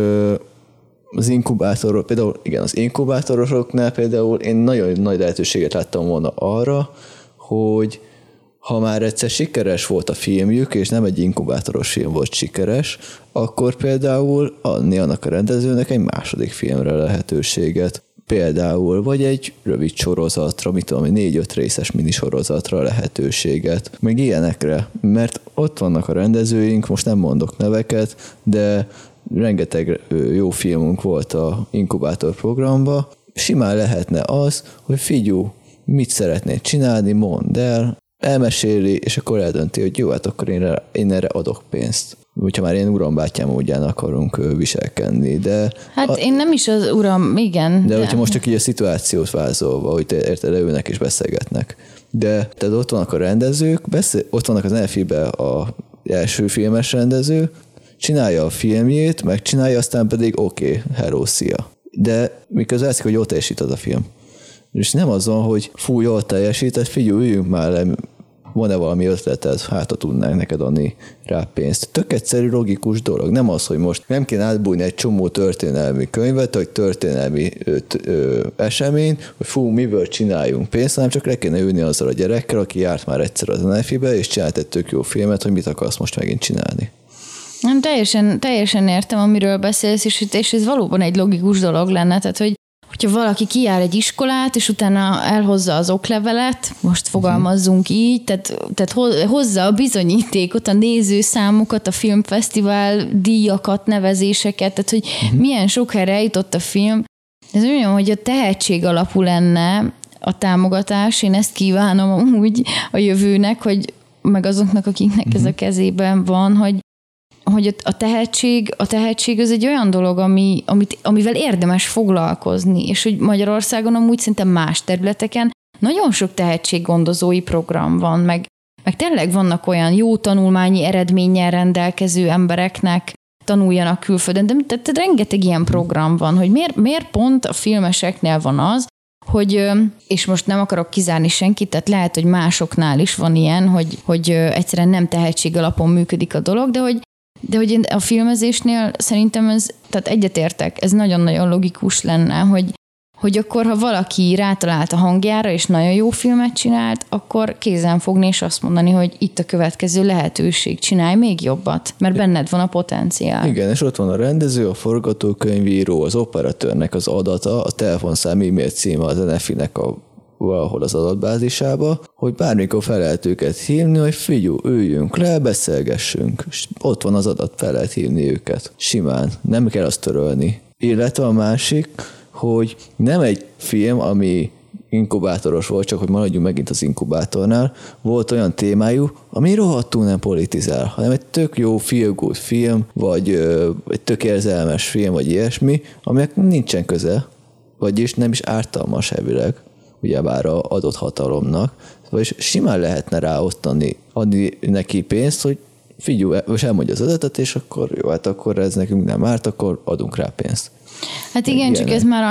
az inkubátorok, például igen, az inkubátoroknál például én nagyon nagy lehetőséget láttam volna arra, hogy ha már egyszer sikeres volt a filmjük, és nem egy inkubátoros film volt sikeres, akkor például adni annak a rendezőnek egy második filmre lehetőséget. Például, vagy egy rövid sorozatra, mit tudom, 4-5 részes minisorozatra lehetőséget, meg ilyenekre, mert ott vannak a rendezőink, most nem mondok neveket, de rengeteg jó filmünk volt a inkubátor programba, simán lehetne az, hogy figyú, mit szeretnéd csinálni, mondd el, elmeséli, és akkor eldönti, hogy jó, hát akkor én erre adok pénzt. Hogyha már én urambátyám módján akarunk viselkedni, de... Hát én nem is az uram, igen. De hogyha most csak így a szituációt vázolva, hogy érted, leülnek és beszélgetnek. De tehát ott vannak a rendezők, ott vannak az NFI-ben az első filmes rendező, csinálja a filmjét, megcsinálja, aztán pedig oké, hello, szia. De miközben látszik, hogy jól teljesít az a film. És nem az van, hogy fú, jól teljesített, figyelj, üljünk már le, van-e valami ötleted, hát ha tudnánk neked adni rá pénzt. Tök egyszerű, logikus dolog. Nem az, hogy most nem kéne átbújni egy csomó történelmi könyvet, vagy történelmi eseményt, hogy fú, miből csináljunk pénzt, hanem csak le kéne ülni azzal a gyerekkel, aki járt már egyszer az NFI-be, és csinált egy tök jó filmet, hogy mit akarsz most megint csinálni. Nem, teljesen értem, amiről beszélsz, és ez valóban egy logikus dolog lenne, tehát hogyha valaki kijár egy iskolát, és utána elhozza az oklevelet, most fogalmazzunk így, tehát hozza a bizonyítékot, a nézőszámokat, a filmfesztivál díjakat, nevezéseket, tehát hogy milyen sok helyre eljutott a film. Ez olyan, hogy a tehetség alapú lenne a támogatás, én ezt kívánom amúgy a jövőnek, hogy meg azoknak, akiknek ez a kezében van, hogy a tehetség az egy olyan dolog, amivel érdemes foglalkozni, és hogy Magyarországon amúgy szerintem más területeken nagyon sok tehetséggondozói program van, meg tényleg vannak olyan jó tanulmányi eredménnyel rendelkező embereknek tanuljanak külföldön, de tehát rengeteg ilyen program van, hogy miért pont a filmeseknél van az, hogy, és most nem akarok kizárni senkit, tehát lehet, hogy másoknál is van ilyen, hogy egyszerűen nem tehetség alapon működik a dolog, de hogy én a filmezésnél szerintem tehát egyetértek, ez nagyon-nagyon logikus lenne, hogy akkor, ha valaki rátalált a hangjára, és nagyon jó filmet csinált, akkor kézen fogni, és azt mondani, hogy itt a következő lehetőség, csinálj még jobbat, mert benned van a potenciál. Igen, és ott van a rendező, a forgatókönyvíró, az operatőrnek az adata, a telefonszám, e-mail címe az NFI-nek valahol az adatbázisába, hogy bármikor fel lehet őket hívni, hogy figyelj, üljünk le, beszélgessünk. És ott van az adat, fel lehet hívni őket. Simán, nem kell azt törölni. Illetve a másik, hogy nem egy film, ami inkubátoros volt, csak hogy maradjunk megint az inkubátornál, volt olyan témájú, ami rohadtul nem politizál, hanem egy tök jó feel-good film, vagy egy tök érzelmes film, vagy ilyesmi, aminek nincsen köze, vagyis nem is ártalmas elvileg, ugyebár az adott hatalomnak, vagyis simán lehetne ráosztani, adni neki pénzt, hogy figyelj, most elmondja az adatot, és akkor jó, hát akkor ez nekünk nem árt, akkor adunk rá pénzt. Hát igen, ilyenek. Csak ez már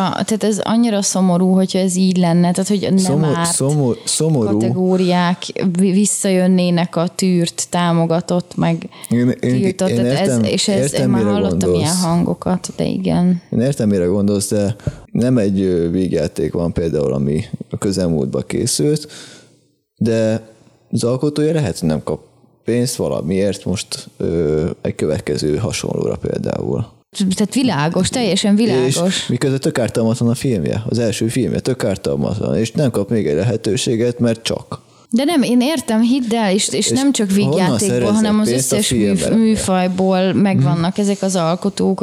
annyira szomorú, hogyha ez így lenne, tehát hogy nem szomorú kategóriák visszajönnének a tűrt, támogatott, meg tiltott, én már hallottam gondolsz. Ilyen hangokat, de igen. Én értem, mire gondolsz, de nem egy vígjáték van például, ami a közelmúltban készült, de az alkotója lehet, hogy nem kap pénzt valamiért most egy következő hasonlóra például. Tehát világos, teljesen világos. És miközben tök ártalmatlan a filmje, az első filmje tök ártalmatlan, és nem kap még egy lehetőséget, mert csak. De nem, én értem, hidd el, és nem csak vígjátékból, hanem az összes műfajból megvannak ezek az alkotók,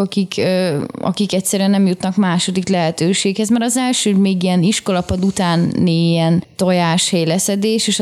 akik egyszerűen nem jutnak második lehetőséghez, mert az első még ilyen iskolapad utáni ilyen tojáshéj leszedés, és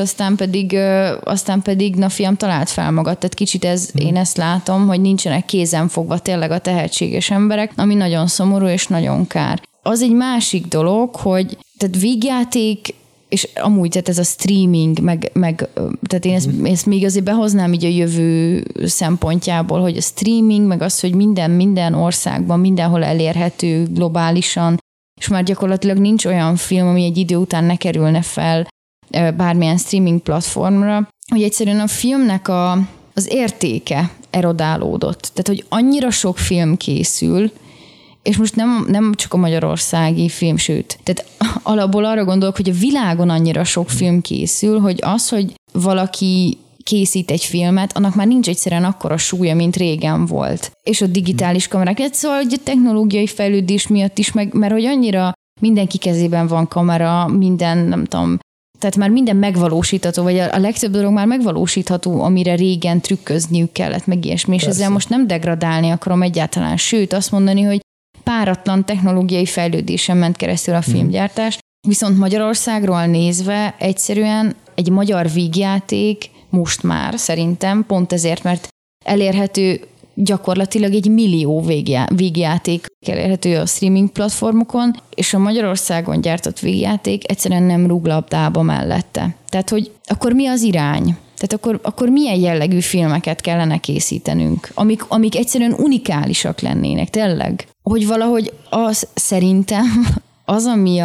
aztán pedig na fiam, talált fel magad. Tehát kicsit én ezt látom, hogy nincsenek kézenfogva tényleg a tehetséges emberek, ami nagyon szomorú és nagyon kár. Az egy másik dolog, hogy tehát vígjáték, és amúgy, tehát ez a streaming, meg tehát én ezt még azért behoznám így a jövő szempontjából, hogy a streaming, meg az, hogy minden országban, mindenhol elérhető globálisan, és már gyakorlatilag nincs olyan film, ami egy idő után ne kerülne fel bármilyen streaming platformra, hogy egyszerűen a filmnek az értéke erodálódott. Tehát, hogy annyira sok film készül, és most nem csak a magyarországi film, sőt, tehát alapból arra gondolok, hogy a világon annyira sok film készül, hogy az, hogy valaki készít egy filmet, annak már nincs egyszerűen akkora súlya, mint régen volt. És a digitális kamerák, szóval a technológiai fejlődés miatt is, mert hogy annyira mindenki kezében van kamera, minden, nem tudom, tehát már minden megvalósítható, vagy a legtöbb dolog már megvalósítható, amire régen trükközniük kellett, meg ilyesmi. És ezzel most nem degradálni akarom egyáltalán, sőt azt mondani, hogy páratlan technológiai fejlődésen ment keresztül a filmgyártás, viszont Magyarországról nézve egyszerűen egy magyar vígjáték most már szerintem pont ezért, mert elérhető gyakorlatilag 1 millió végjáték elérhető a streaming platformokon, és a Magyarországon gyártott végjáték egyszerűen nem rúg labdába mellette. Tehát, hogy akkor mi az irány? Tehát akkor milyen jellegű filmeket kellene készítenünk, amik egyszerűen unikálisak lennének, tényleg? Hogy valahogy az szerintem az,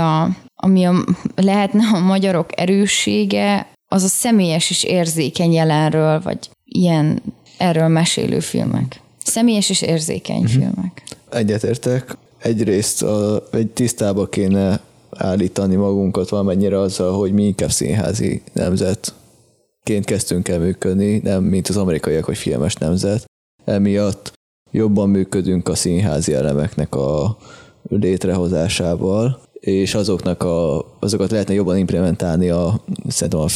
ami lehetne a magyarok erőssége, az a személyes és érzékeny jelenről, vagy ilyen erről mesélő filmek. Személyes és érzékeny filmek. Egyetértek. Egyrészt egy tisztába kéne állítani magunkat valamennyire azzal, hogy mi inkább színházi nemzetként kezdtünk el működni, nem mint az amerikaiak, hogy filmes nemzet. Emiatt jobban működünk a színházi elemeknek a létrehozásával, és azokat lehetne jobban implementálni szerintem a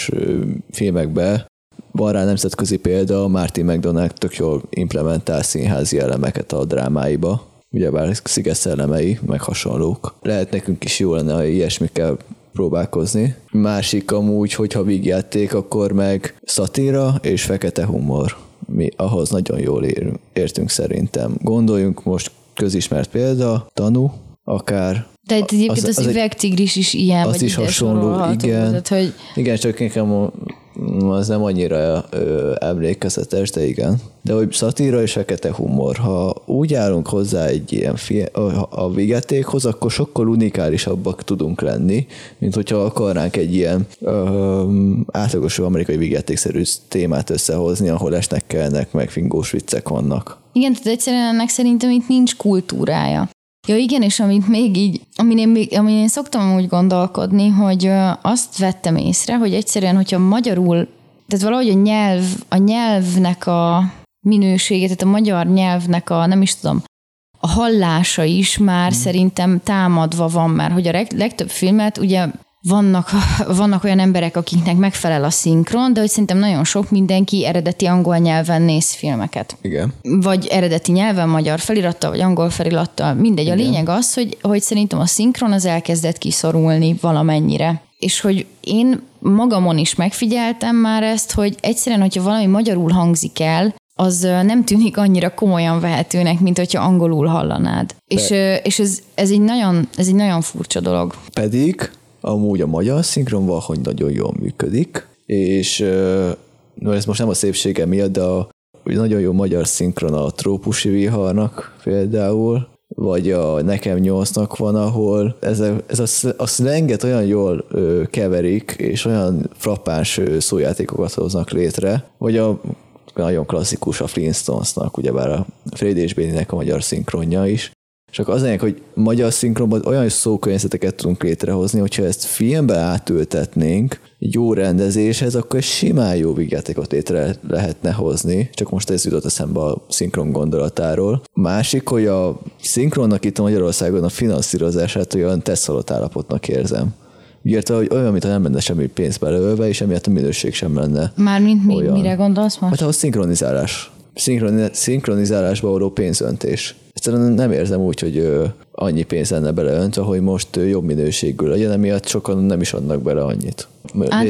filmekbe. Van rá nemzetközi példa, Martin McDonagh tök jól implementál színházi elemeket a drámáiba, ugyebár Sziget szellemei, meg hasonlók. Lehet nekünk is jó lenne, ha ilyesmikkel próbálkozni. Másik amúgy, hogyha vígjáték, akkor meg szatíra és fekete humor. Mi ahhoz nagyon jól értünk szerintem. Gondoljunk most közismert példa, Tanú, akár. De egyébként az Üvegtigris is ilyen, az is hasonló, igen. Tehát, hogy... Igen, csak nekem az nem annyira emlékezetes, de igen. De hogy szatíra és fekete humor. Ha úgy állunk hozzá egy ilyen a vígjátékhoz, akkor sokkal unikálisabbak tudunk lenni, mint hogyha akarnánk egy ilyen átlagos amerikai vígjátékszerű témát összehozni, ahol esnek, kelnek, meg fingós viccek vannak. Igen, tehát egyszerűen ennek szerintem itt nincs kultúrája. Ja igen, és amin én szoktam úgy gondolkodni, hogy azt vettem észre, hogy egyszerűen, hogyha magyarul, tehát valahogy a nyelvnek a minősége, tehát a magyar nyelvnek nem is tudom, a hallása is már szerintem támadva van már, hogy a legtöbb filmet ugye vannak olyan emberek, akiknek megfelel a szinkron, de hogy szerintem nagyon sok mindenki eredeti angol nyelven néz filmeket. Igen. Vagy eredeti nyelven, magyar felirattal, vagy angol felirattal, mindegy. Igen. A lényeg az, hogy szerintem a szinkron az elkezdett kiszorulni valamennyire. És hogy én magamon is megfigyeltem már ezt, hogy egyszerűen, hogyha valami magyarul hangzik el, az nem tűnik annyira komolyan vehetőnek, mint hogyha angolul hallanád. És ez egy nagyon furcsa dolog. Pedig amúgy a magyar szinkron valahogy nagyon jól működik, és ez most nem a szépsége miatt, de nagyon jó magyar szinkron a Trópusi viharnak például, vagy a Nekem 8-nak van, ahol ez a szlenget olyan jól keverik, és olyan frappáns szójátékokat hoznak létre, vagy a nagyon klasszikus a Flintstonesnak, ugyebár a Fréd és Béninek a magyar szinkronja is. Csak az lényeg, hogy magyar szinkronban olyan szókörnyezeteket tudunk létrehozni, hogyha ezt filmbe átültetnénk jó rendezéshez, akkor simán jó vígjátékot létre lehetne hozni. Csak most ez jutott eszembe a szinkron gondolatáról. Másik, hogy a szinkronnak itt a Magyarországon a finanszírozását olyan teszhalott állapotnak érzem. Érte, hogy olyan, mintha nem lenne semmi pénz belőle, és emiatt a minőség sem lenne. Mármint mire gondolsz most? Hát a szinkronizálás. Szinkronizálásba való pénzöntés. Egyszerűen nem érzem úgy, hogy annyi pénz lenne beleöntve, hogy most jobb minőségű legyen, emiatt sokan nem is adnak bele annyit. Hát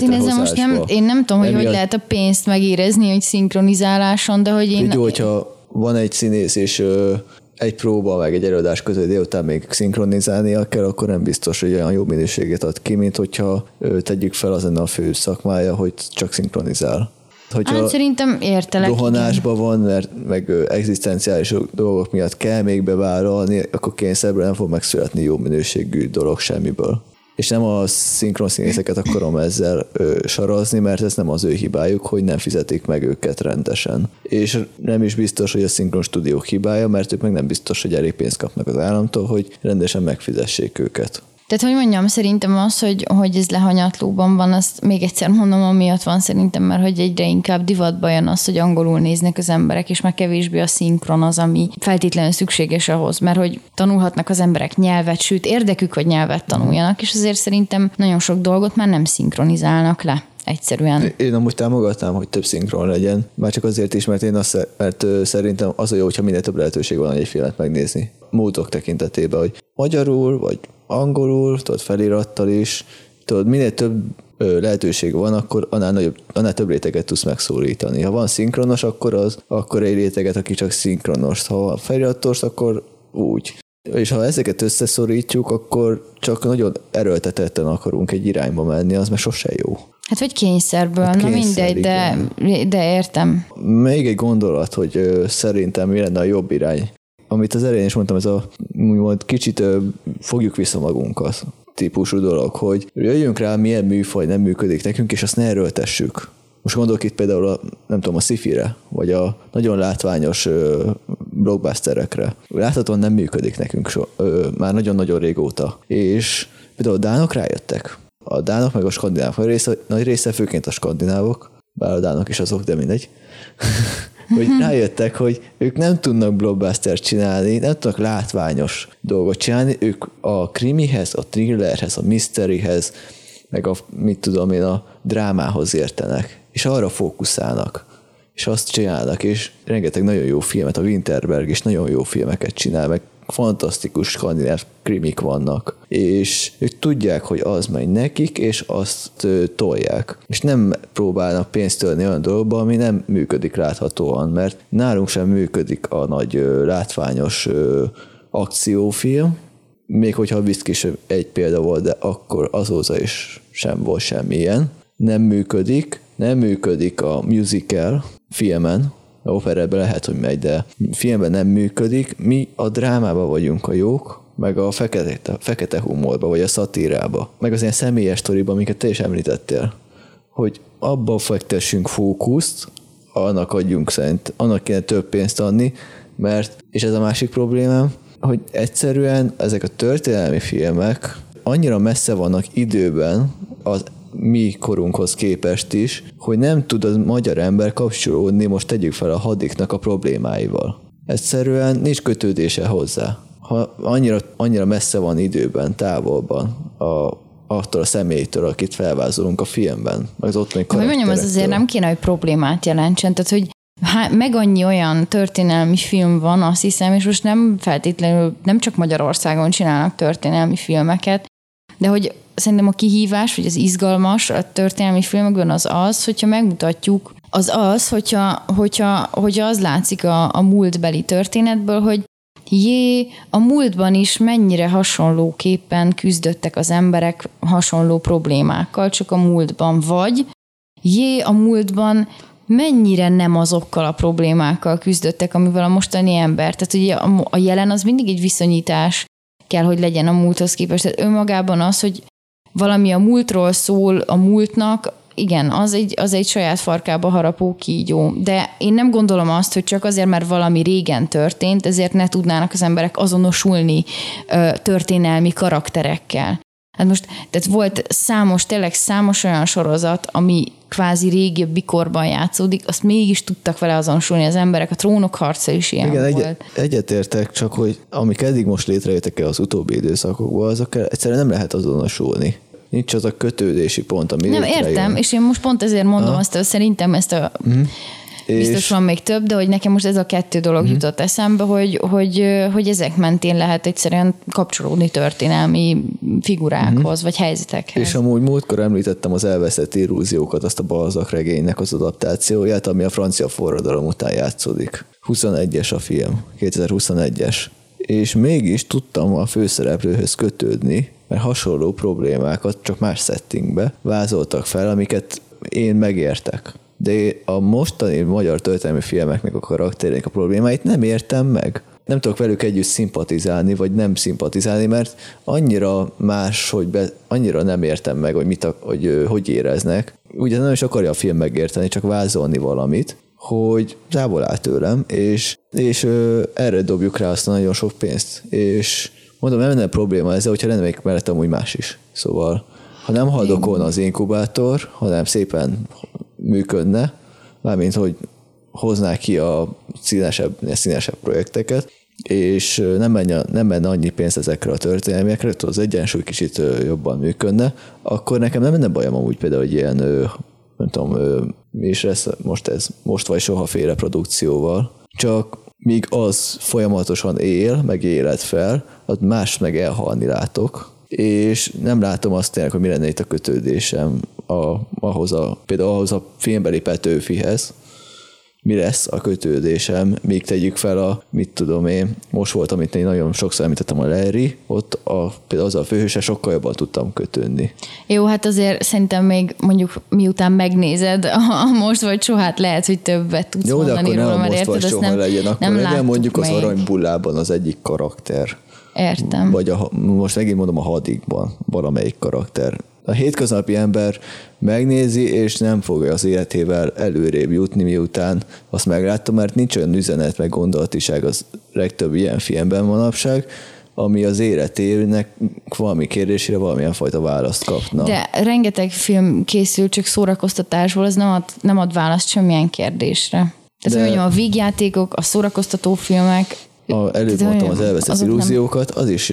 én nem tudom, hogy lehet a pénzt megérezni, hogy szinkronizáláson, de hogy én... Így, hogyha van egy színész, és egy próba, meg egy előadás között délután még szinkronizálnia kell, akkor nem biztos, hogy olyan jó minőséget ad ki, mint hogyha tegyük fel az a fő szakmája, hogy csak szinkronizál. Hát szerintem értelek. Dohonásban van, mert meg egzisztenciális dolgok miatt kell még bevállalni, akkor kényszerből nem fog megszületni jó minőségű dolog semmiből. És nem a szinkronszínészeket akarom ezzel sarazni, mert ez nem az ő hibájuk, hogy nem fizetik meg őket rendesen. És nem is biztos, hogy a szinkron stúdiók hibája, mert ők meg nem biztos, hogy elég pénzt kapnak az államtól, hogy rendesen megfizessék őket. Tehát, hogy mondjam, szerintem az, hogy ez lehanyatlóban van, azt még egyszer mondom, amiatt van szerintem, mert hogy egyre inkább divatba jön az, hogy angolul néznek az emberek, és már kevésbé a szinkron az, ami feltétlenül szükséges ahhoz, mert hogy tanulhatnak az emberek nyelvet, sőt érdekük, hogy nyelvet tanuljanak, és azért szerintem nagyon sok dolgot már nem szinkronizálnak le. Egyszerűen. Én amúgy támogatnám, hogy több szinkron legyen. Már csak azért is, mert szerintem az a jó, hogyha minél több lehetőség van egy filmet megnézni. Módok tekintetében, hogy magyarul, vagy angolul, tudod, felirattal is, tudod, minél több lehetőség van, akkor annál több réteget tudsz megszólítani. Ha van szinkronos, akkor egy réteget, aki csak szinkronos. Ha van felirattos, akkor úgy. És ha ezeket összeszorítjuk, akkor csak nagyon erőltetetten akarunk egy irányba menni, az már sose jó. Hát vagy kényszerből, na mindegy, de értem. Még egy gondolat, hogy szerintem mi lenne a jobb irány. Amit az elején is mondtam, ez a úgymond kicsit fogjuk vissza magunkat típusú dolog, hogy jöjjünk rá, milyen műfaj nem működik nekünk, és azt ne erőltessük. Most gondolok itt például a sci-fi-re, vagy a nagyon látványos blockbusterekre. Láthatóan nem működik nekünk már nagyon-nagyon régóta. És például a dánok rájöttek. A dánok meg a skandinávok nagy része, főként a skandinávok, bár a dánok is azok, de mindegy, hogy rájöttek, hogy ők nem tudnak blockbustert csinálni, nem tudnak látványos dolgot csinálni, ők a krimihez, a thrillerhez, a mysteryhez, meg a drámához értenek, és arra fókuszálnak, és azt csinálnak, és rengeteg nagyon jó filmet, a Winterberg is nagyon jó filmeket csinál, meg fantasztikus skandináv krimik vannak, és ők tudják, hogy az megy nekik, és azt tolják. És nem próbálnak pénzt tölni olyan dolgokba, ami nem működik láthatóan, mert nálunk sem működik a nagy látványos akciófilm, még hogyha a Whisky is egy példa volt, de akkor azóta is sem volt semmilyen. Nem működik a musical filmen, a operában lehet, hogy megy, de filmben nem működik. Mi a drámában vagyunk a jók, meg a fekete humorba, vagy a szatírába, meg az ilyen személyes sztoriba, amiket te is említettél, hogy abban fektessünk fókuszt, annak kéne több pénzt adni, mert, és ez a másik problémám, hogy egyszerűen ezek a történelmi filmek annyira messze vannak időben az mi korunkhoz képest is, hogy nem tud a magyar ember kapcsolódni, most tegyük fel a hadiknak a problémáival. Egyszerűen nincs kötődése hozzá. Ha annyira messze van időben, távolban attól a személytől, akit felvázolunk a filmben, meg az ottani karakterektől. Hogy mondjam, az azért nem kéne, hogy problémát jelentsen, tehát hogy meg annyi olyan történelmi film van, azt hiszem, és most nem feltétlenül, nem csak Magyarországon csinálnak történelmi filmeket, de hogy szerintem a kihívás, vagy az izgalmas a történelmi filmekben az, hogyha megmutatjuk, hogyha az látszik a múltbeli történetből, hogy a múltban is mennyire hasonlóképpen küzdöttek az emberek hasonló problémákkal, csak a múltban, vagy a múltban mennyire nem azokkal a problémákkal küzdöttek, amivel a mostani ember. Tehát ugye a jelen az mindig egy viszonyítás kell, hogy legyen a múlthoz képest. Tehát önmagában az, hogy valami a múltról szól, a múltnak, igen, az egy saját farkába harapó kígyó. De én nem gondolom azt, hogy csak azért, mert valami régen történt, ezért ne tudnának az emberek azonosulni történelmi karakterekkel. Hát most, tehát volt tényleg számos olyan sorozat, ami kvázi régebbi korban játszódik, azt mégis tudtak vele azonosulni az emberek, a Trónok harca is ilyen volt. Egyetértek, csak hogy amik eddig most létrejöttek el az utóbbi időszakokban, azokkal egyszerűen nem lehet azonosulni. Nincs az a kötődési pont, ami nem értem, és én most pont ezért mondom azt, hogy szerintem ezt a... Biztos van még több, de hogy nekem most ez a kettő dolog jutott eszembe, hogy ezek mentén lehet egyszerűen kapcsolódni történelmi figurákhoz, vagy helyzetekhez. És amúgy múltkor említettem az Elveszett illúziókat, azt a Balzac regénynek az adaptációját, ami a francia forradalom után játszódik. 21-es a film, 2021-es. És mégis tudtam a főszereplőhöz kötődni, mert hasonló problémákat csak más settingbe vázoltak fel, amiket én megértek. De a mostani magyar történelmi filmeknek a karakterének a problémáit nem értem meg. Nem tudok velük együtt szimpatizálni, vagy nem szimpatizálni, mert annyira más, annyira nem értem meg, hogy éreznek. Ugye nem is akarja a film megérteni, csak vázolni valamit, hogy távol áll tőlem, és erre dobjuk rá azt a nagyon sok pénzt. És mondom, nem lenne probléma ezzel, hogyha lenne még mellett amúgy más is. Szóval, ha nem haldokolna az inkubátor, hanem szépen működne, mármint, hogy hoznák ki a színesebb projekteket, és nem menne annyi pénz ezekre a történelmiekre, az egyensúly kicsit jobban működne, akkor nekem nem lenne bajom amúgy például, hogy ilyen, nem tudom, mi is lesz most vagy sehaféle produkcióval, csak míg az folyamatosan él, meg éled fel, az más meg elhalni látok, és nem látom azt tényleg, hogy mi lenne itt a kötődésem például ahhoz a filmbeli Petőfihez, mi lesz a kötődésem, még tegyük fel mit tudom én, most volt, amit én nagyon sokszor említettem, a Larry, ott például az a főhőse sokkal jobban tudtam kötődni. Jó, hát azért szerintem még mondjuk miután megnézed most vagy soha, hát lehet, hogy többet tudsz mondani róla, mert érted, most vagy soha legyen, akkor legyen mondjuk az Aranybullában az egyik karakter. Értem. Vagy most megint mondom a Hadikban valamelyik karakter. A hétköznapi ember megnézi, és nem fogja az életével előrébb jutni, miután azt meglátta, mert nincs olyan üzenet, meg gondolatiság az legtöbb ilyen filmben manapság, ami az életének valami kérdésére valamilyen fajta választ kapna. De rengeteg film készül csak szórakoztatásból, az nem ad választ semmilyen kérdésre. Tehát mondjam, a vígjátékok, a szórakoztató filmek. Előbb mondtam az elveszett illúziókat,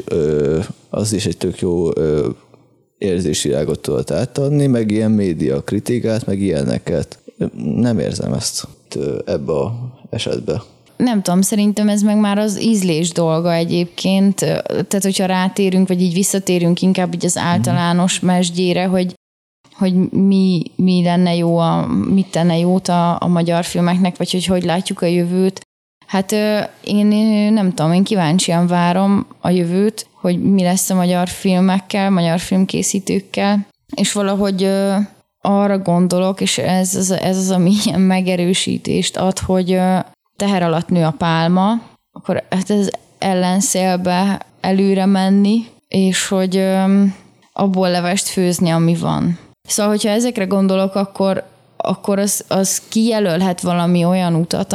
az is egy tök jó érzésvilágot tudott átadni, meg ilyen média kritikát, meg ilyeneket. Nem érzem ezt ebbe az esetben. Nem tudom, szerintem ez meg már az ízlés dolga egyébként. Tehát, hogyha rátérünk, vagy így visszatérünk inkább így az általános mesdjére, hogy mi lenne jó, mit tenne jót a magyar filmeknek, vagy hogy látjuk a jövőt. Hát én nem tudom, én kíváncsian várom a jövőt, hogy mi lesz a magyar filmekkel, magyar filmkészítőkkel, és valahogy arra gondolok, és ez az, ami ilyen megerősítést ad, hogy teher alatt nő a pálma, akkor hát ez ellenszélbe előre menni, és hogy abból levest főzni, ami van. Szóval, hogyha ezekre gondolok, akkor az kijelölhet valami olyan utat,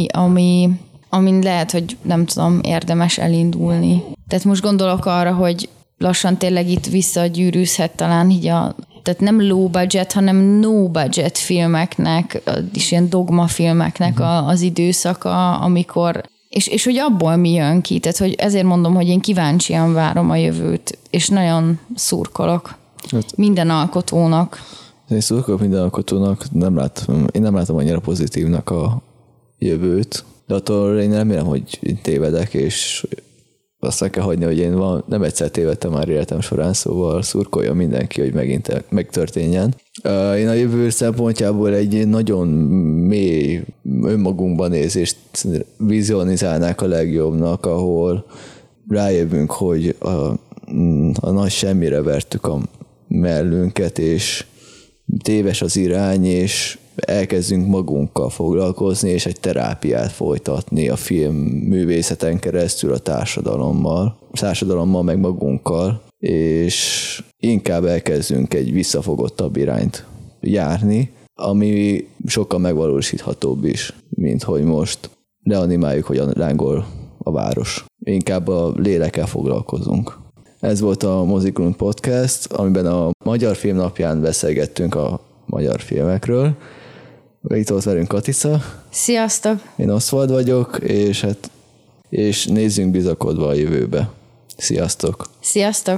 amin lehet, hogy nem tudom, érdemes elindulni. Tehát most gondolok arra, hogy lassan tényleg itt visszagyűrűzhet talán így tehát nem low budget, hanem no budget filmeknek, és ilyen dogma filmeknek az időszaka, amikor, és hogy abból mi jön ki. Tehát, hogy ezért mondom, hogy én kíváncsian várom a jövőt, és nagyon szurkolok minden alkotónak. Én szurkolok minden alkotónak, én nem látom annyira pozitívnak a jövőt, de attól én remélem, hogy tévedek, és azt meg kell hagyni, hogy én nem egyszer tévedtem már életem során, szóval szurkolja mindenki, hogy megint megtörténjen. Én a jövő szempontjából egy nagyon mély önmagunkban nézést vizionizálnák a legjobbnak, ahol rájövünk, hogy a nagy semmire vertük a mellünket, és téves az irány, és elkezdünk magunkkal foglalkozni, és egy terápiát folytatni a filmművészeten keresztül a társadalommal meg magunkkal, és inkább elkezdünk egy visszafogottabb irányt járni, ami sokkal megvalósíthatóbb is, mint hogy most leanimáljuk, hogy lángol a város. Inkább a lélekkel foglalkozunk. Ez volt a Moziklund Podcast, amiben a Magyar Filmnapján beszélgettünk a magyar filmekről. Itt volt velünk Katica. Sziasztok! Én Oswald vagyok, és nézzünk bizakodva a jövőbe. Sziasztok! Sziasztok!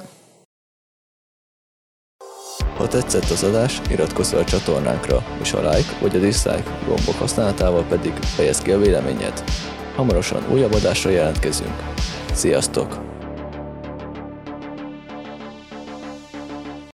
Ha tetszett az adás, iratkozz fel a csatornánkra, és a like vagy a dislike gombok használatával pedig fejezd ki a véleményed. Hamarosan újabb adásra jelentkezünk. Sziasztok!